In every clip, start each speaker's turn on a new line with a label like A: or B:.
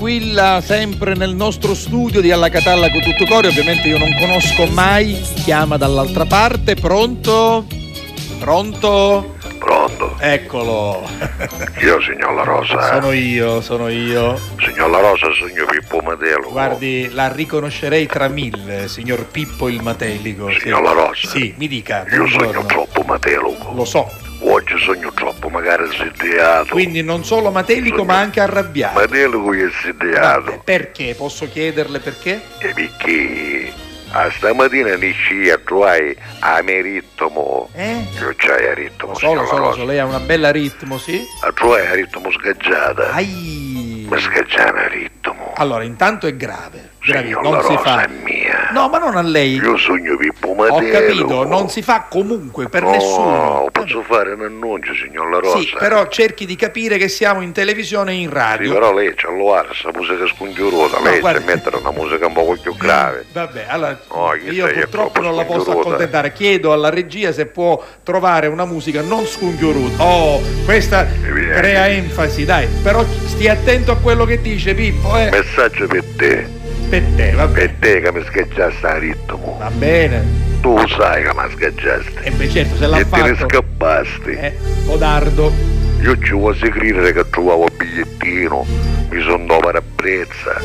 A: tranquilla sempre nel nostro studio di Alla Catalla con tutto cuore. Ovviamente io non conosco mai chi chiama dall'altra parte. Pronto? Pronto?
B: Pronto?
A: Eccolo.
B: Io, signor La Rosa.
A: Sono io.
B: Signor La Rosa, signor Pippo Matelico.
A: Guardi, la riconoscerei tra mille, signor Pippo il Matelico.
B: Signor La Rosa.
A: Sì, mi dica.
B: Io
A: buongiorno.
B: sogno troppo Matelico.
A: Lo so.
B: Oggi sogno troppo, magari sediato.
A: Quindi non solo Matelico ma anche arrabbiato.
B: Matelico è sediato.
A: Perché? Posso chiederle perché?
B: E perché? A stamattina ne sci a trovare a me ritmo. Io c'hai a ritmo,
A: Lo so, lei ha una bella ritmo, sì?
B: A trovare a ritmo scaggiata.
A: Ai.
B: Ma scaggiare a ritmo.
A: Allora, intanto è grave.
B: Signor
A: non
B: La
A: si
B: Rosa
A: fa.
B: è mia.
A: No, ma non a lei.
B: Io sogno Pippo
A: Ho
B: Matelico.
A: capito, non si fa comunque per nessuno.
B: No, posso fare un annuncio, signor La Rosa.
A: Sì, però cerchi di capire che siamo in televisione e in radio.
B: Sì, però lei c'ha l'uara, sta musica scongiurosa, lei
A: guarda.
B: c'è mettere una musica un po' più grave.
A: Vabbè, allora
B: Che
A: io
B: sei
A: purtroppo
B: troppo
A: non la posso
B: scongiurosa.
A: accontentare. Chiedo alla regia se può trovare una musica non scongiuruta. Oh, questa
B: vieni.
A: crea enfasi, dai. Però stia attento a quello che dice Pippo,
B: Messaggio per te.
A: Per te, va
B: Per
A: bene.
B: te che mi scaggiasti a ritmo.
A: Va bene.
B: Tu sai che mi scaggiasti.
A: E beh certo, se l'ha
B: E te ne
A: fatto.
B: scappasti.
A: Codardo.
B: Io ci voglio credere che trovavo il bigliettino, mi sono dato parabrezza.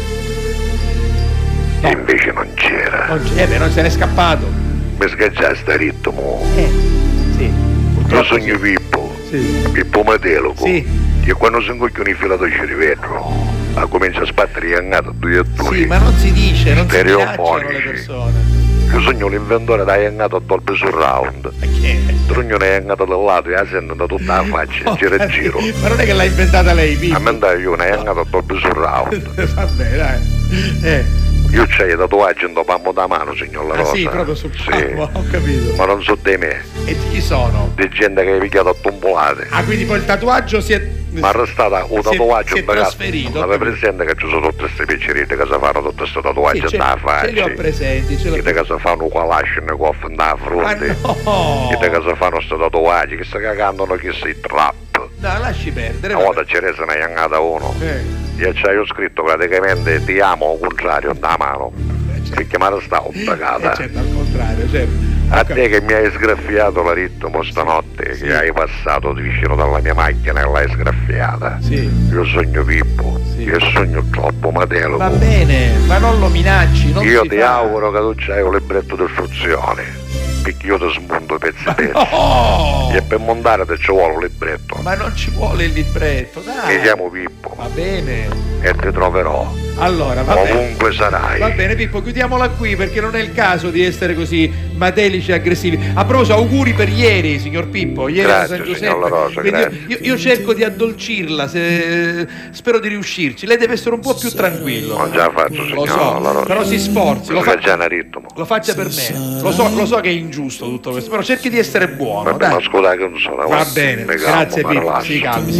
A: No.
B: E invece non c'era.
A: Non se n'è scappato.
B: Mi scaggiasti a ritmo.
A: Sì.
B: Io
A: Purtroppo
B: sogno Pippo.
A: Sì.
B: Pippo Matelico.
A: Sì.
B: E quando si incoglioni filato ci rivedo. Ma comincia a sbattere gli angati due a due.
A: Sì, ma non si dice, non si minacciano
B: Stereofonici.
A: le persone.
B: Io sogno l'inventore da angato a Dolby Surround.
A: Ma che è?
B: Trugno ne è angato da lato e la sento da tutta la faccia, giro e giro.
A: Ma non è che l'ha inventata lei, Pippo.
B: A me andare io ne è angato a Dolby Surround.
A: Vabbè, dai.
B: Io c'hai tatuaggi in palmo da mano, signor La Rosa.
A: Sì, proprio sul
B: Sì.
A: palmo, ho capito.
B: Ma non so di me,
A: E di chi sono?
B: di gente che hai picchiato a tombolate.
A: Ah, quindi poi il tatuaggio si è...
B: Ma restata un
A: si è-
B: tatuaggio
A: si è trasferito.
B: Ma presente che ci sono tutte queste piccerite che si fanno tutte queste tatuaggi
A: Sì,
B: da
A: ce li ho
B: faccia.
A: presenti, ce li ho
B: Che si fanno un Kalashnikov da fronte.
A: Ma no!
B: Che si fanno questi tatuaggi, che si cagano che si trap.
A: No, lasci perdere.
B: Una volta ce ne è angata uno.
A: Eh.
B: E c'hai scritto praticamente ti amo al contrario da mano. Perché mi sta obbligata.
A: Certo, al contrario, certo.
B: A te che mi hai sgraffiato la ritmo stanotte,
A: Sì.
B: che hai passato di vicino dalla mia macchina e l'hai sgraffiata.
A: Sì.
B: Io sogno Pippo,
A: Sì.
B: io sogno troppo Matelico.
A: Va bene, ma non lo minacci, non
B: Io
A: si
B: ti
A: fa.
B: auguro che tu c'hai un libretto di istruzioni, perché io ti smonto pezzi pezzi.
A: No!
B: E per montare ti ci vuole un libretto.
A: Ma non ci vuole il libretto, dai.
B: Mi chiamo Pippo
A: Va bene.
B: e ti troverò.
A: Allora, va bene.
B: Ovunque sarai.
A: Va bene Pippo, chiudiamola qui perché non è il caso di essere così matelici e aggressivi. A proposito, auguri per ieri, signor Pippo, ieri
B: Grazie,
A: a San Giuseppe.
B: signor La Rosa,
A: Quindi
B: grazie.
A: io cerco di addolcirla, spero di riuscirci. Lei deve essere un po' più tranquillo.
B: Non ce la faccio,
A: Lo
B: signor
A: so,
B: La Rosa.
A: però si sforzi, lo,
B: Perché già in ritmo.
A: lo faccia per me. Lo so che è ingiusto tutto questo, però cerchi di essere buono,
B: Vabbè, ma
A: dai.
B: scusa che non sono.
A: Va bene,
B: mi calmo,
A: grazie
B: mi
A: Pippo,
B: rilasso.
A: si calmi.